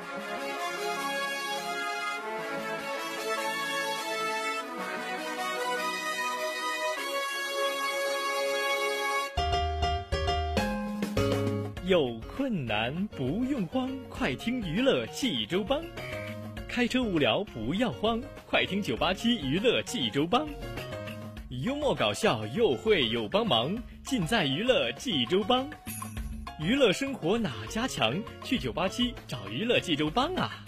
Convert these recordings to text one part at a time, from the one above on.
有困难不用慌，快听娱乐济州帮。开车无聊不要慌，快听987娱乐济州帮。幽默搞笑又会又帮忙，尽在娱乐济州帮。娱乐生活哪家强？去987找娱乐济州帮啊！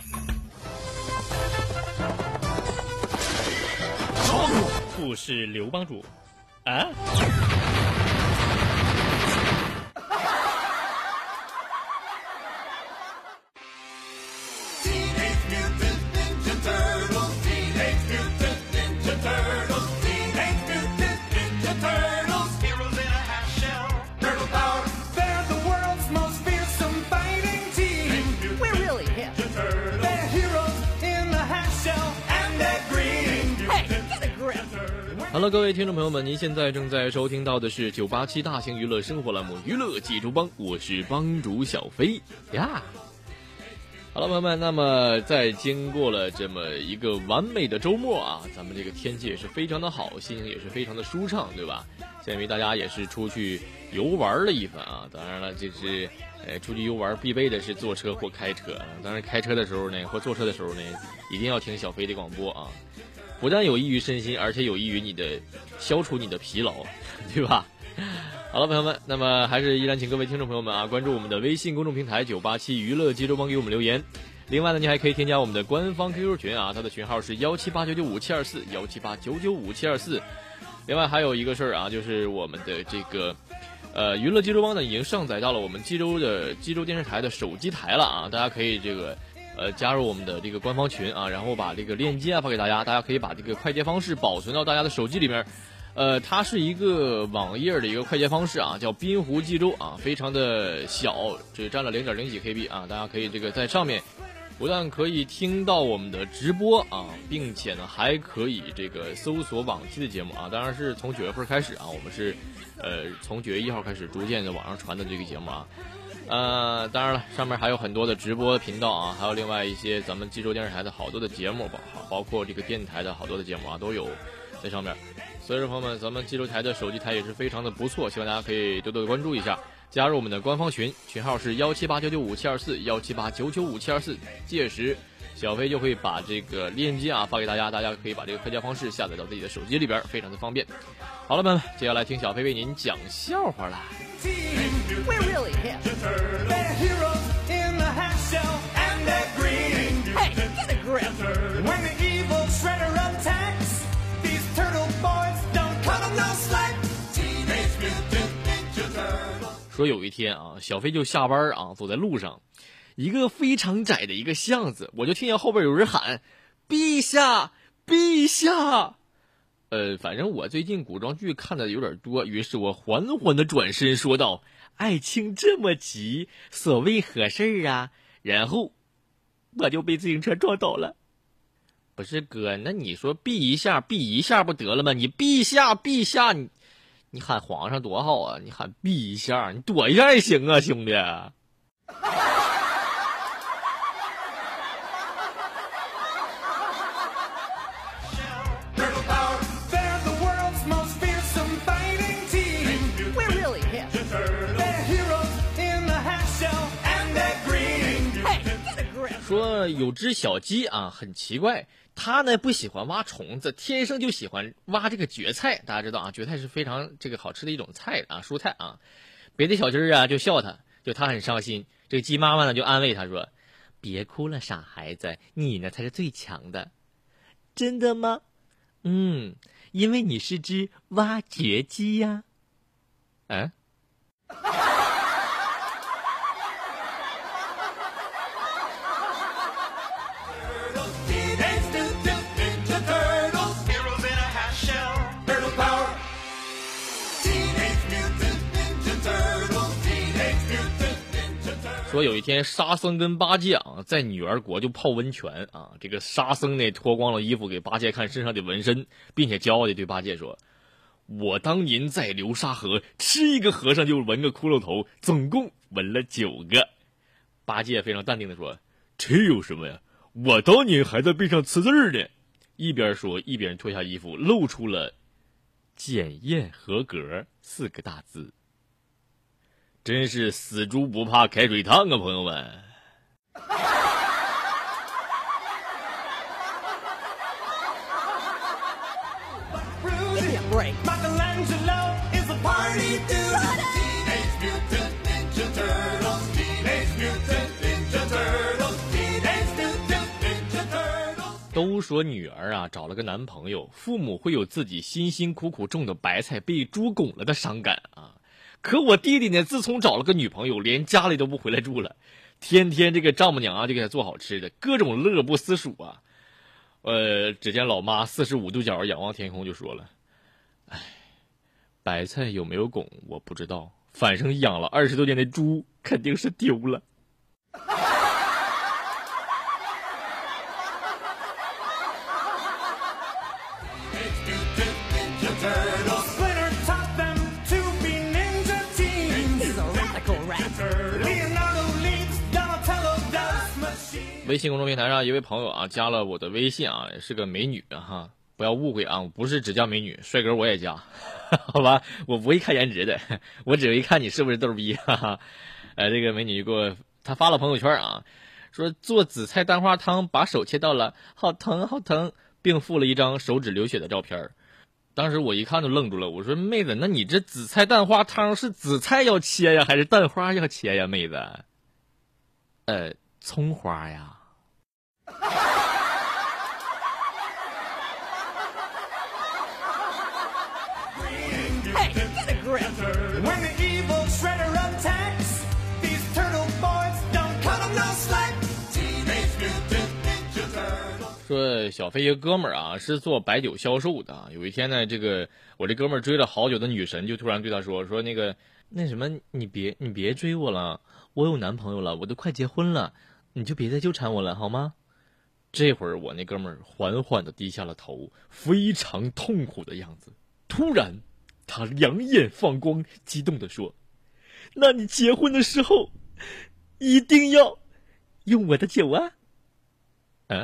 不是刘帮主啊。Hello， 各位听众朋友们，您现在正在收听到的是987大型娱乐生活栏目《娱乐济州帮》，我是帮主小飞呀。好了，朋友们，那么在经过了这么一个完美的周末啊，咱们这个天气也是非常的好，心情也是非常的舒畅，对吧？鉴于大家也是出去游玩了一番啊，当然了，就是出去游玩必备的是坐车或开车，当然开车的时候呢，或坐车的时候呢，一定要听小飞的广播啊。不但有益于身心，而且有益于你的消除你的疲劳，对吧？好了，朋友们，那么还是依然请各位听众朋友们啊，关注我们的微信公众平台987娱乐济州帮，给我们留言。另外呢，你还可以添加我们的官方 QQ 群啊，它的群号是178995724，178995724。另外还有一个事儿啊，就是我们的这个娱乐济州帮呢，已经上载到了我们济州电视台的手机台了啊，大家可以这个加入我们的这个官方群啊，然后把这个链接啊发给大家，大家可以把这个快捷方式保存到大家的手机里面。它是一个网页的一个快捷方式啊，叫滨湖济州啊，非常的小，只占了0.0几 KB 啊，大家可以这个在上面不但可以听到我们的直播啊，并且呢还可以这个搜索往期的节目啊，当然是从9月份开始啊，我们是从9月1号开始逐渐的往上传的这个节目啊。当然了，上面还有很多的直播频道啊，还有另外一些咱们济州电视台的好多的节目，包括这个电台的好多的节目啊，都有在上面。所以说，朋友们，咱们济州台的手机台也是非常的不错，希望大家可以多多的关注一下，加入我们的官方群，群号是178995724，178995724。届时，小飞就会把这个链接啊发给大家，大家可以把这个快捷方式下载到自己的手机里边，非常的方便。好了，朋友们，接下来听小飞为您讲笑话啦。 We're really hip. They're heroes in the half shell and they're green. Hey, get a grip. When the evil shredder attacks, these turtle boys don't cut them no slack. Teenage Mutant Ninja Turtles. 说有一天啊，小飞就下班啊，走在路上，一个非常窄的一个巷子，我就听见后边有人喊：“陛下，陛下！”反正我最近古装剧看的有点多，于是我缓缓的转身说道：“爱卿这么急，所谓何事啊？”然后我就被自行车撞倒了。不是哥，那你说避一下不得了吗？你陛下，你喊皇上多好啊！你喊避一下，你躲一下也行啊，兄弟。说有只小鸡啊，很奇怪，它呢不喜欢挖虫子，天生就喜欢挖这个蕨菜。大家知道啊，蕨菜是非常这个好吃的一种菜啊，蔬菜啊。别的小鸡啊就笑它，就它很伤心。这个鸡妈妈呢就安慰它说：“别哭了，傻孩子，你呢才是最强的。”真的吗？因为你是只挖掘机呀。说有一天沙僧跟八戒啊在女儿国就泡温泉啊，这个沙僧呢脱光了衣服给八戒看身上的纹身，并且骄傲地对八戒说：“我当年在流沙河吃一个和尚就纹个骷髅头，总共纹了9个。”八戒非常淡定地说：“ 这有什么呀？我当年还在背上词字呢。一边说一边脱下衣服，露出了检验合格4个大字。真是死猪不怕开水烫啊，朋友们。都说女儿啊找了个男朋友，父母会有自己辛辛苦苦种的白菜被猪拱了的伤感啊。可我弟弟呢，自从找了个女朋友，连家里都不回来住了，天天这个丈母娘啊就给他做好吃的，各种乐不思蜀啊。只见老妈45度角仰望天空就说了：“哎，白菜有没有拱我不知道，反正养了20多年的猪肯定是丢了。”微信公众平台上一位朋友啊加了我的微信啊，是个美女哈，不要误会啊，不是只加美女，帅哥我也加，好吧，我不会看颜值的，我只会看你是不是逗逼，哈哈。这个美女她发了朋友圈啊，说做紫菜蛋花汤把手切到了，好疼好疼，并附了一张手指流血的照片。当时我一看就愣住了，我说妹子，那你这紫菜蛋花汤是紫菜要切呀，还是蛋花要切呀，妹子？葱花呀。 Hey, get a grip. When the evil shredder attacks, these turtle boys don't cut them no slack. Teenage Mutant Ninja Turtles. 说小飞一个哥们儿啊是做白酒销售的，有一天呢，我这哥们儿追了好久的女神就突然对他说那什么你别追我了，我有男朋友了，我都快结婚了，你就别再纠缠我了好吗？这会儿我那哥们儿缓缓地低下了头，非常痛苦的样子。突然他两眼放光，激动地说：“那你结婚的时候一定要用我的酒啊！”嗯。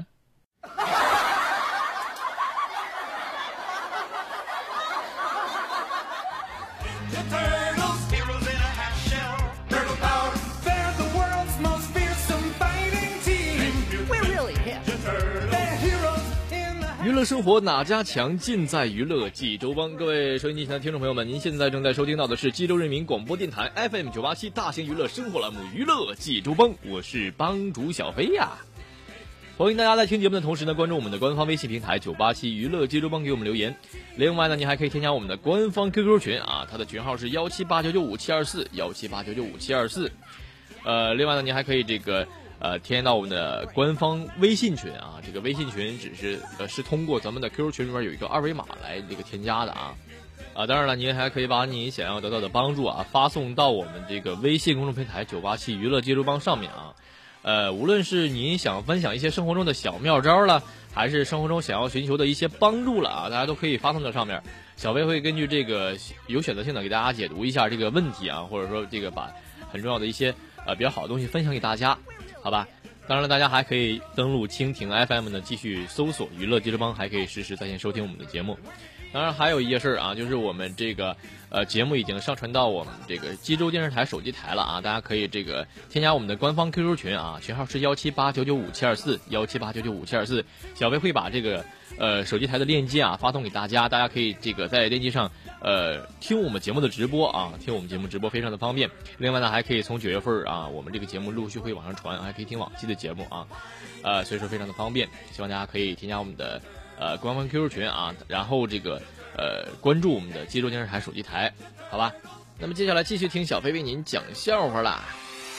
娱乐生活哪家强，尽在娱乐济州帮。各位收音机前的听众朋友们，您现在正在收听到的是济州人民广播电台 FM 987大型娱乐生活栏目娱乐济州帮，我是帮主小飞呀。欢迎大家在听节目的同时呢，关注我们的官方微信平台987娱乐济州帮，给我们留言。另外呢，你还可以添加我们的官方 QQ 群啊，它的群号是178995724，178995724。另外呢，你还可以添加到我们的官方微信群啊，这个微信群是通过咱们的 QQ 群里面有一个二维码来添加的啊。当然了，您还可以把你想要得到的帮助啊发送到我们这个微信公众平台987娱乐济州帮上面啊。无论是您想分享一些生活中的小妙招了，还是生活中想要寻求的一些帮助了啊，大家都可以发送到上面。小飞会根据这个有选择性的给大家解读一下这个问题啊，或者说把很重要的一些比较好的东西分享给大家，好吧？当然了，大家还可以登录蜻蜓 FM 呢，继续搜索娱乐济州帮，还可以实时在线收听我们的节目。当然还有一件事啊，就是我们节目已经上传到我们济州电视台手机台了啊，大家可以添加我们的官方 QQ 群啊，群号是178995724，178995724。小飞会把手机台的链接啊发送给大家，大家可以在链接上听我们节目的直播啊，听我们节目直播非常的方便。另外呢，还可以从9月份啊，我们这个节目陆续会往上传，还可以听往期的节目啊，所以说非常的方便，希望大家可以添加我们的官方 QQ 群啊，然后关注我们的济州电视台手机台，好吧？那么接下来继续听小飞为您讲笑话啦。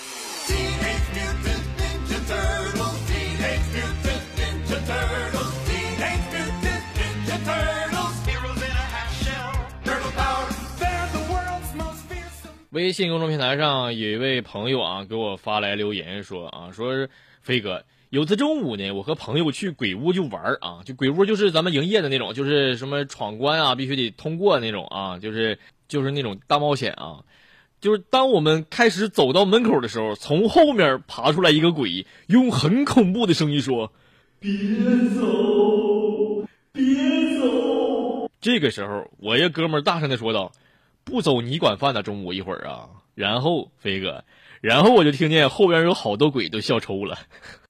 微信公众平台上有一位朋友啊给我发来留言说飞哥，有次中午呢，我和朋友去鬼屋就玩啊，就鬼屋就是咱们营业的那种，就是什么闯关啊必须得通过那种啊，就是那种大冒险啊。 就是当我们开始走到门口的时候，从后面爬出来一个鬼，用很恐怖的声音说：“别走，别走。”这个时候，我一个哥们儿大声的说道：“不走你管饭呢，中午一会儿啊。”然后飞哥，然后我就听见后边有好多鬼都笑抽了。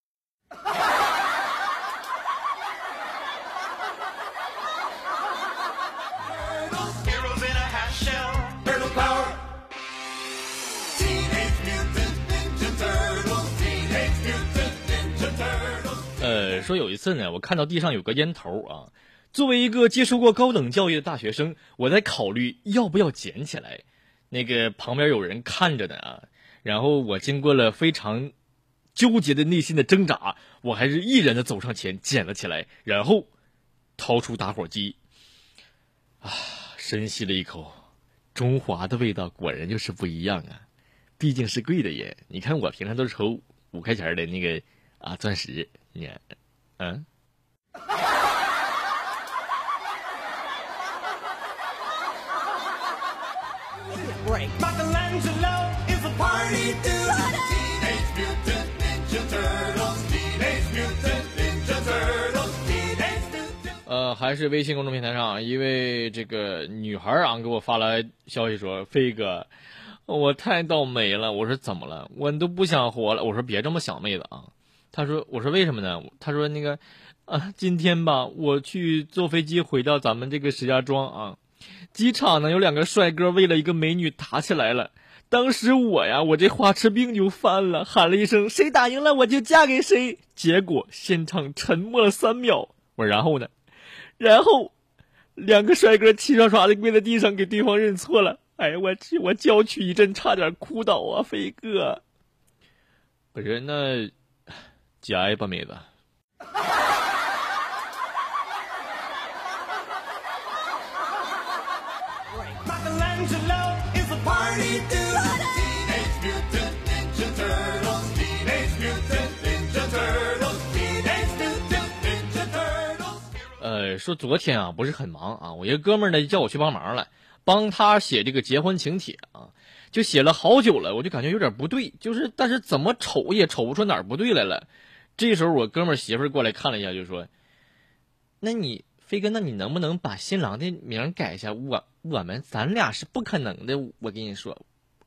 说有一次呢，我看到地上有个烟头啊，作为一个接受过高等教育的大学生，我在考虑要不要捡起来。那个旁边有人看着呢啊，然后我经过了非常纠结的内心的挣扎，我还是毅然的走上前捡了起来，然后掏出打火机，深吸了一口，中华的味道果然就是不一样啊，毕竟是贵的烟。你看我平常都是抽5块钱的那个钻石，你看。还是微信公众平台上一位这个女孩啊给我发来消息说：“飞哥，我太倒霉了。”我说怎么了？我都不想活了。我说别这么想，妹子啊。我说为什么呢？他说那个今天吧，我去坐飞机回到咱们这个石家庄啊，机场呢有2个帅哥为了一个美女打起来了。当时我这花痴病就犯了，喊了一声谁打赢了我就嫁给谁。结果现场沉默了3秒。我说然后呢？然后2个帅哥齐刷刷的跪在地上给对方认错了。哎呀，我娇躯一震，差点哭倒啊，飞哥。不是那。节哀吧，妹子。说昨天啊不是很忙啊，我一个哥们儿呢叫我去帮忙了，帮他写这个结婚请帖啊，就写了好久了，我就感觉有点不对，但是怎么瞅也瞅不出哪儿不对来了。这时候我哥们儿媳妇儿过来看了一下，就说：“那你飞哥，那你能不能把新郎的名改一下？咱俩是不可能的，我跟你说。”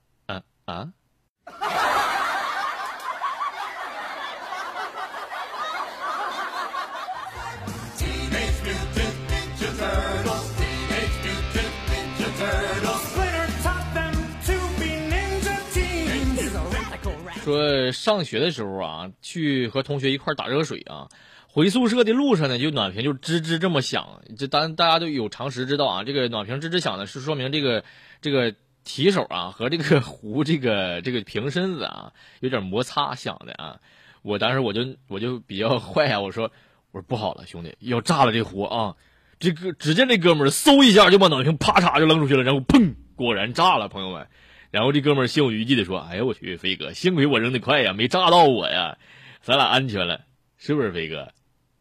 说上学的时候啊，去和同学一块打热水啊，回宿舍的路上呢，就暖瓶就吱吱这么响。这大家都有常识知道啊，这个暖瓶吱吱响呢，是说明这个提手啊和这个壶这个瓶身子啊有点摩擦响的啊。我当时我就比较坏啊，我说不好了，兄弟，要炸了这壶啊！这个只见这哥们儿嗖一下就把暖瓶啪嚓就扔出去了，然后砰，果然炸了，朋友们。然后这哥们儿心有余悸的说：“哎呀我去，飞哥，幸亏我扔得快呀，没炸到我呀，咱俩安全了，是不是飞哥？”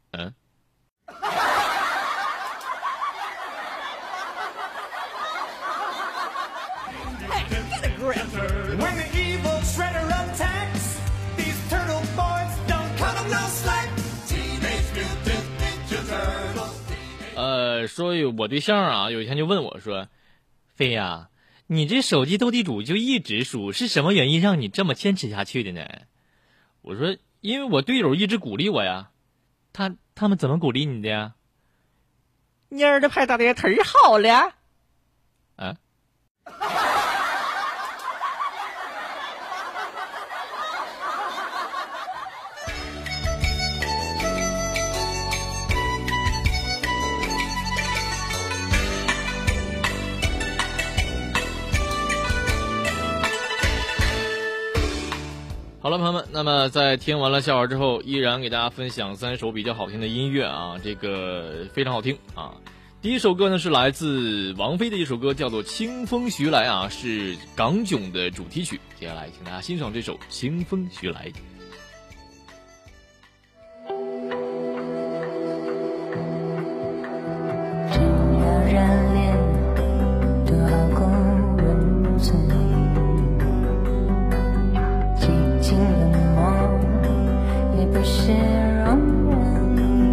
说我对象啊，有一天就问我说：“飞呀，你这手机斗地主就一直输，是什么原因让你这么坚持下去的呢？”我说：“因为我队友一直鼓励我呀。”他们怎么鼓励你的呀？蔫儿的牌打的忒好了。好了，朋友们，那么在听完了笑话之后，依然给大家分享3首比较好听的音乐啊，这个非常好听啊。第一首歌呢是来自王菲的一首歌，叫做《清风徐来》啊，是港囧的主题曲。接下来请大家欣赏这首《清风徐来》。 真要热恋，多好过人如此些容忍，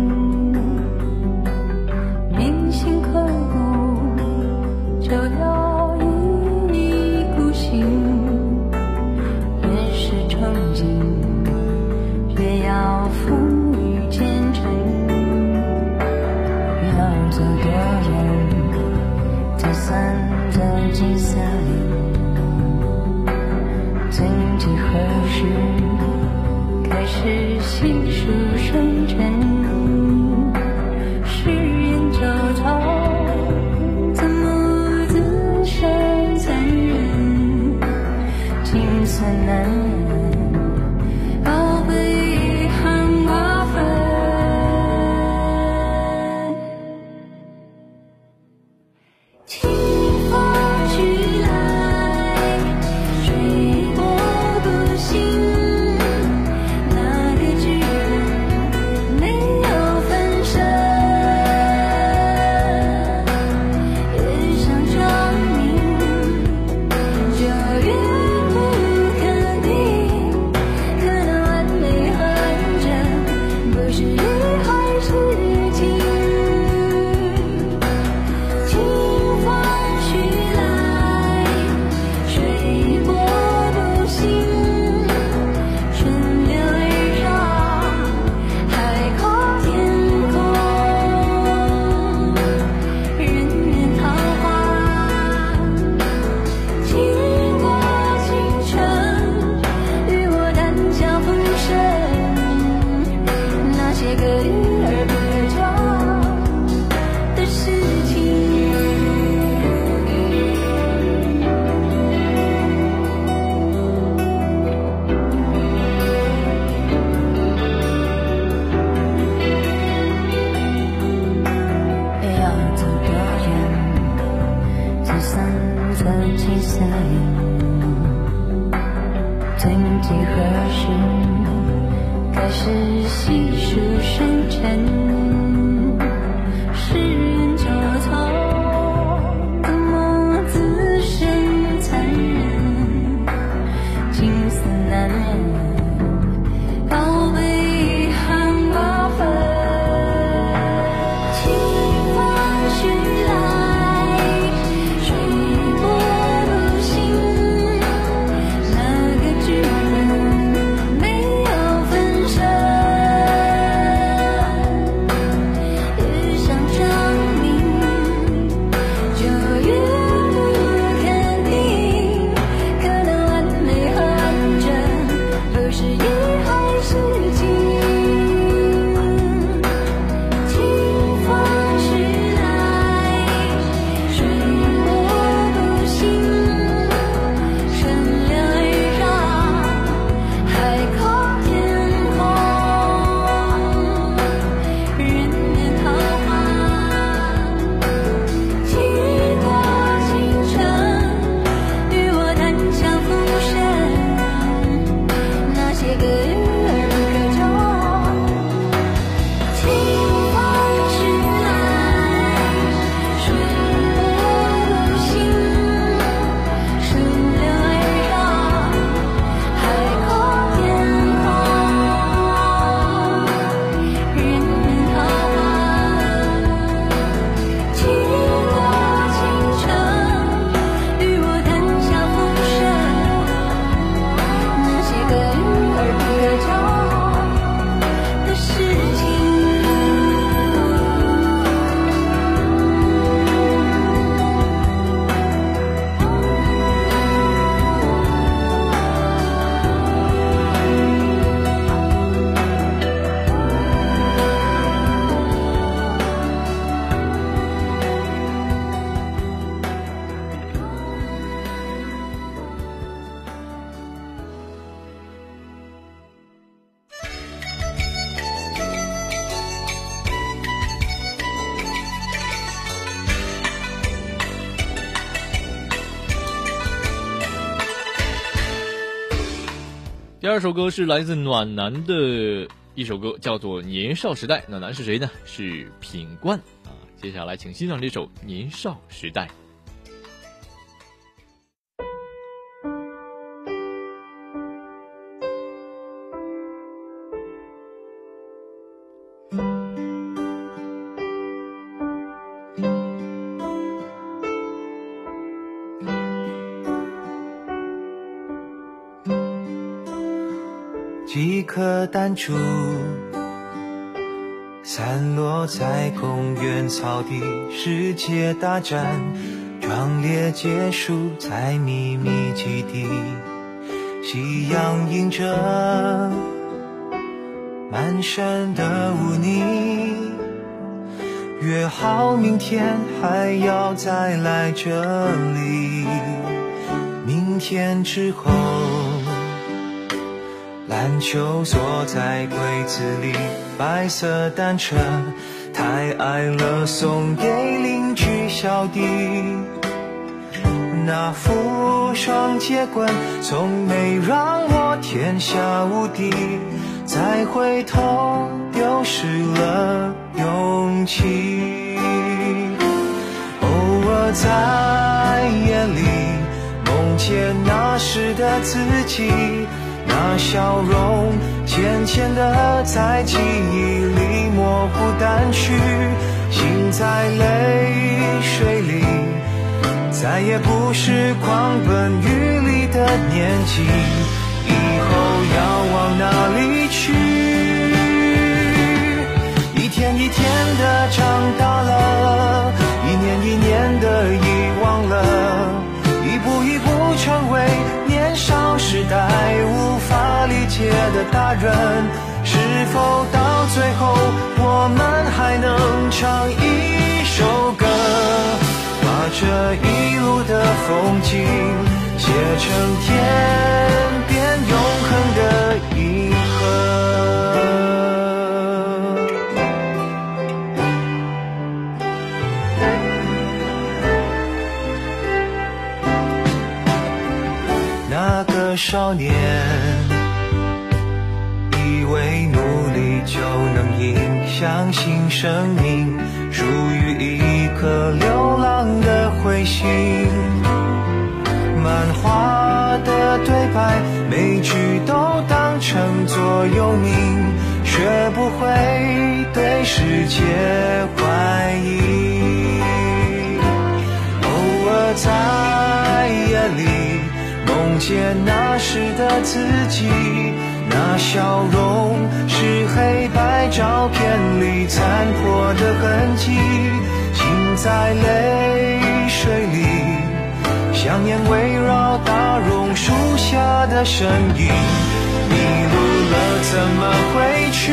铭心刻骨，就要一意孤行，越是憧憬，越要风雨兼程，要走多远才算走进森林？曾几何时开始细数深沉，世人周遭怎么自身残忍，景色难忍，宝贝遗憾瓜分。清风徐来，吹过独行，那个巨人没有分身，越想证明就越不肯定，可能完美很真不是一回事情。清风徐来，吹过独行，顺流而上，海阔天空，人面桃花，经过青春，与我单枪赴身，那些可遇而不可求的事情。要走多远才算走进森林？曾几何时开始细数深沉，世人周遭怎么自身残忍，景色难忍，宝贝遗憾瓜分。清风徐来，吹过独行，那个巨人没有分身，越想证明就越不肯定，可能完美很真不是一回事情。清风徐来，吹过独行，顺流而上，海阔天空，人面桃花，经过青春，与我单枪赴身，那些可遇而不可求。清风徐来，吹过独行，顺流而上，海阔天空，人面桃花，经过青春，与我单枪赴身，那些可遇而不可求的事情。 第二首歌是来自暖男的一首歌，叫做《年少时代》。暖男是谁呢？是品冠啊。接下来请欣赏这首《年少时代》。 颗弹珠，散落在公园草地，世界大战壮烈结束在秘密基地，夕阳映着满山的污泥，约好明天还要再来这里。明天之后，篮球锁在柜子里，白色单车太矮了，送给邻居小弟。那副双截棍从没让我天下无敌，再回头丢失了勇气。偶尔在夜里梦见那时的自己，那笑容渐渐地在记忆里模糊淡去，心在泪水里，再也不是狂奔雨里的年纪，以后要往哪里去？一天一天的长大了，一年一年的遗忘了，一步一步成为年少时代无法理解的大人，是否到最后我们还能唱一首歌，把这一路的风景写成天边永恒的银河。那个少年以为努力就能赢，相信生命属于一颗流浪的彗星，漫画的对白每句都当成座右铭，学不会对世界怀疑。偶尔在夜里梦见那时的自己，那笑容是黑白照片里残破的痕迹，心在泪水里，香烟围绕大榕树下的身影，迷路了怎么回去？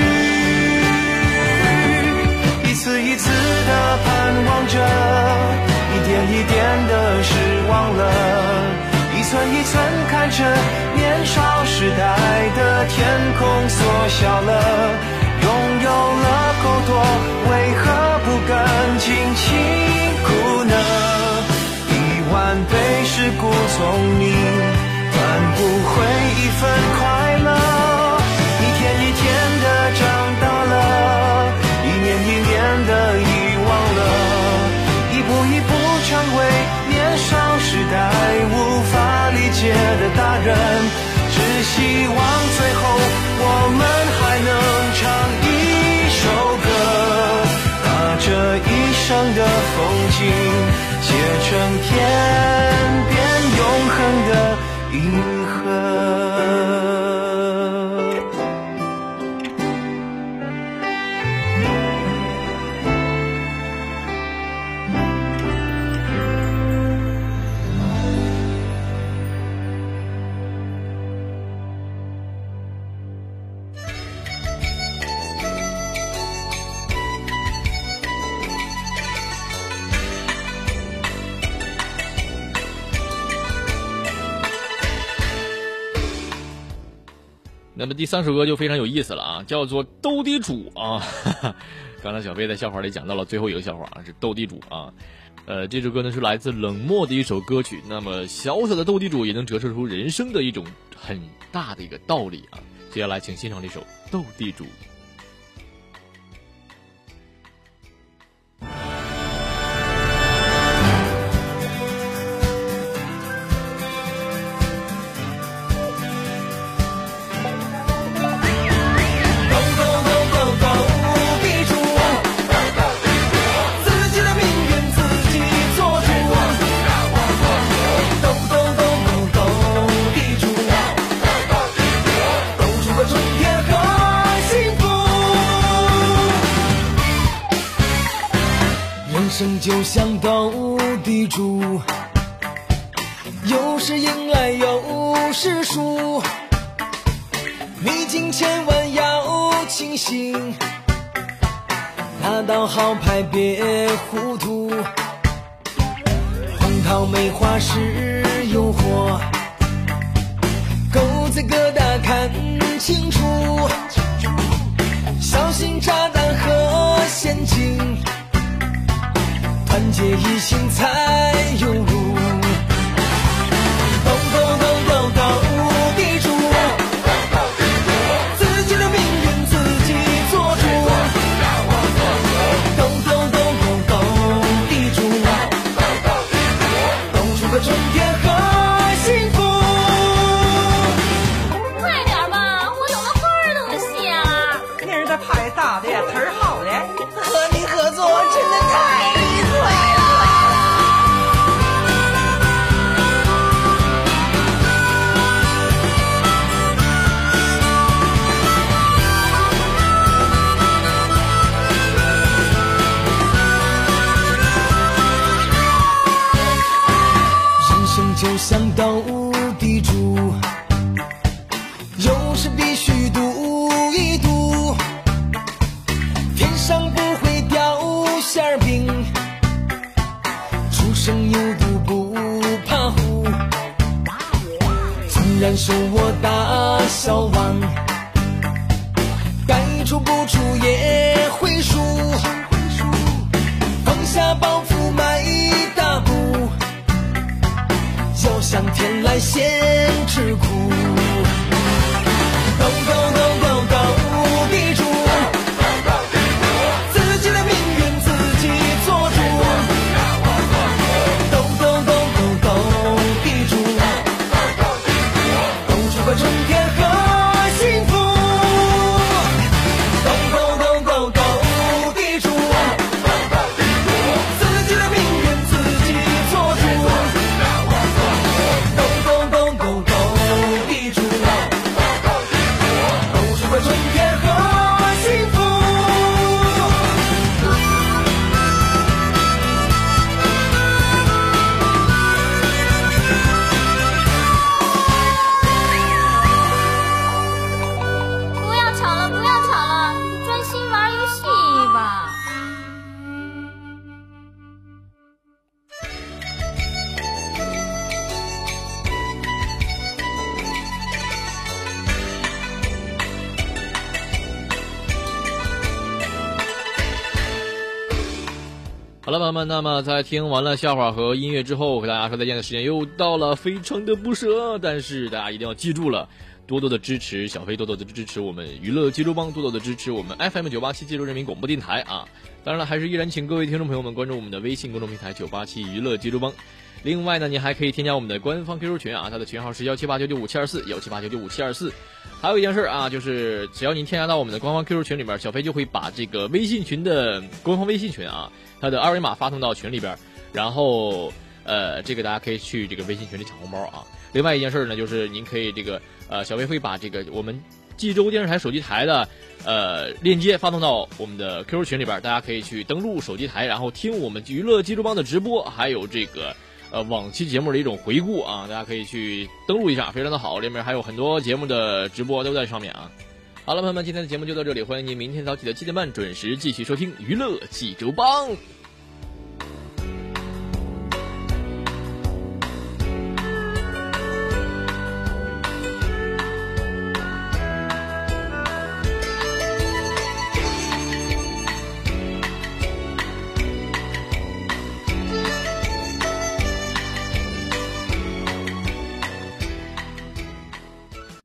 一次一次的盼望着，一点一点的失望了，一寸一寸看着年少时代的天空缩小了，拥有了够多，为何不更尽情哭呢？1万倍事故聪明，换不回一份快乐。一天一天的长大了，一年一年的遗忘了，一步一步成为年少时代无法理解的大人，只希望最后我们还能唱一首歌，把这一生的风景写成天边永恒的银河。 那么第3首歌就非常有意思了啊，叫做斗地主啊。刚才小飞在笑话里讲到了最后一个笑话啊，是斗地主啊。这首歌呢是来自冷漠的一首歌曲。那么小小的斗地主也能折射出人生的一种很大的一个道理啊。接下来请欣赏这首斗地主。 天黑生就像斗地主，有时赢来有时输，你金千万要清醒，拿到好牌别糊涂，红桃梅花是诱惑，狗仔疙瘩看清楚，小心炸弹和陷阱，团结一心才有路。斗斗斗斗斗地主，自己的命运自己做主。斗斗斗斗斗地主，斗出个春天和幸福。 快点吧，我等了会儿都得谢了。 那人这牌打的词儿好的， 和你合作真的太愉快了。 人生就像斗地主，有时必须赌一赌，天上不会掉馅饼，初生牛犊不怕虎，纵然手握大小王，该出不出也会输，放下包袱迈大步，要向天来先吃苦。斗斗斗斗斗地主，自己的命运自己做主。斗斗斗斗斗地主，斗出个春天和幸福。斗斗斗斗斗地主，自己的命运自己做主。斗斗斗斗斗地主，斗出个春天和幸福。 不要吵了，不要吵了，专心玩游戏吧。 好了，朋友们，那么在听完了笑话和音乐之后，和大家说再见的时间又到了，非常的不舍。但是大家一定要记住了，多多的支持小飞，多多的支持我们娱乐济州帮，多多的支持我们 FM987 济州人民广播电台啊！当然了，还是依然请各位听众朋友们关注我们的微信公众平台987娱乐济州帮。另外呢，你还可以添加我们的官方 QQ 群啊，它的群号是178995724，178995724。还有一件事啊，就是只要您添加到我们的官方 QQ 群里面，小飞就会把这个微信群的官方微信群啊，它的二维码发送到群里边，然后这个大家可以去这个微信群里抢红包啊。另外一件事呢，就是您可以这个小飞会把这个我们济州电视台手机台的链接发送到我们的 QQ 群里边，大家可以去登录手机台，然后听我们娱乐济州帮的直播，还有这个往期节目的一种回顾啊，大家可以去登录一下，非常的好，里面还有很多节目的直播都在上面啊。好了，朋友们，今天的节目就到这里，欢迎您明天早起的7点半准时继续收听娱乐济州帮。